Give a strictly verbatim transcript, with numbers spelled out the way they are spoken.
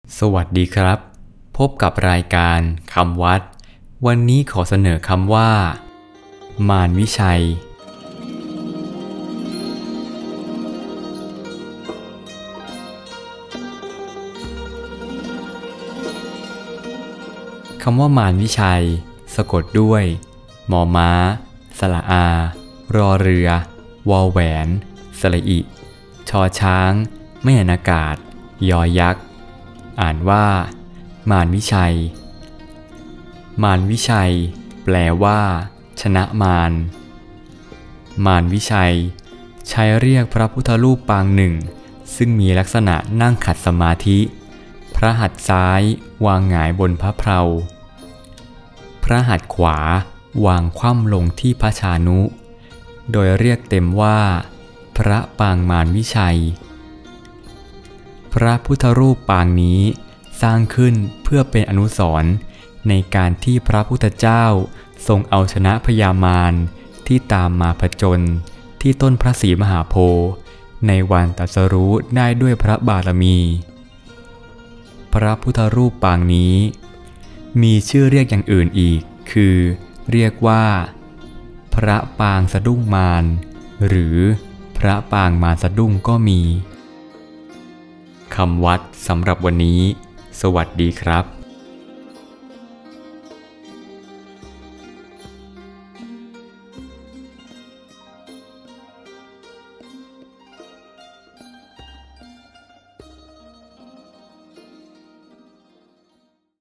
สวัสดีครับพบกับรายการคำวัดวันนี้ขอเสนอคำว่ามารวิชัยคำว่ามารวิชัยสะกดด้วยมอม้าสระอารอเรือวอแหวนสระอิชอช้างไม่หันอากาศยอยักษ์อ่านว่ามารวิชัยมารวิชัยแปลว่าชนะมารมารวิชัยใช้เรียกพระพุทธรูปปางหนึ่งซึ่งมีลักษณะนั่งขัดสมาธิพระหัตถ์ซ้ายวางหงายบนพระเพลาพระหัตถ์ขวาวางคว่ำลงที่พระชานุโดยเรียกเต็มว่าพระปางมารวิชัยพระพุทธรูปปางนี้สร้างขึ้นเพื่อเป็นอนุสรณ์ในการที่พระพุทธเจ้าทรงเอาชนะพญามารที่ตามมาผจญที่ต้นพระศรีมหาโพธิ์ในวันตรัสรู้ได้ด้วยพระบารมีพระพุทธรูปปางนี้มีชื่อเรียกอย่างอื่นอีกคือเรียกว่าพระปางสะดุ้งมารหรือพระปางมารสะดุ้งก็มีคำวัดสำหรับวันนี้สวัสดีครับ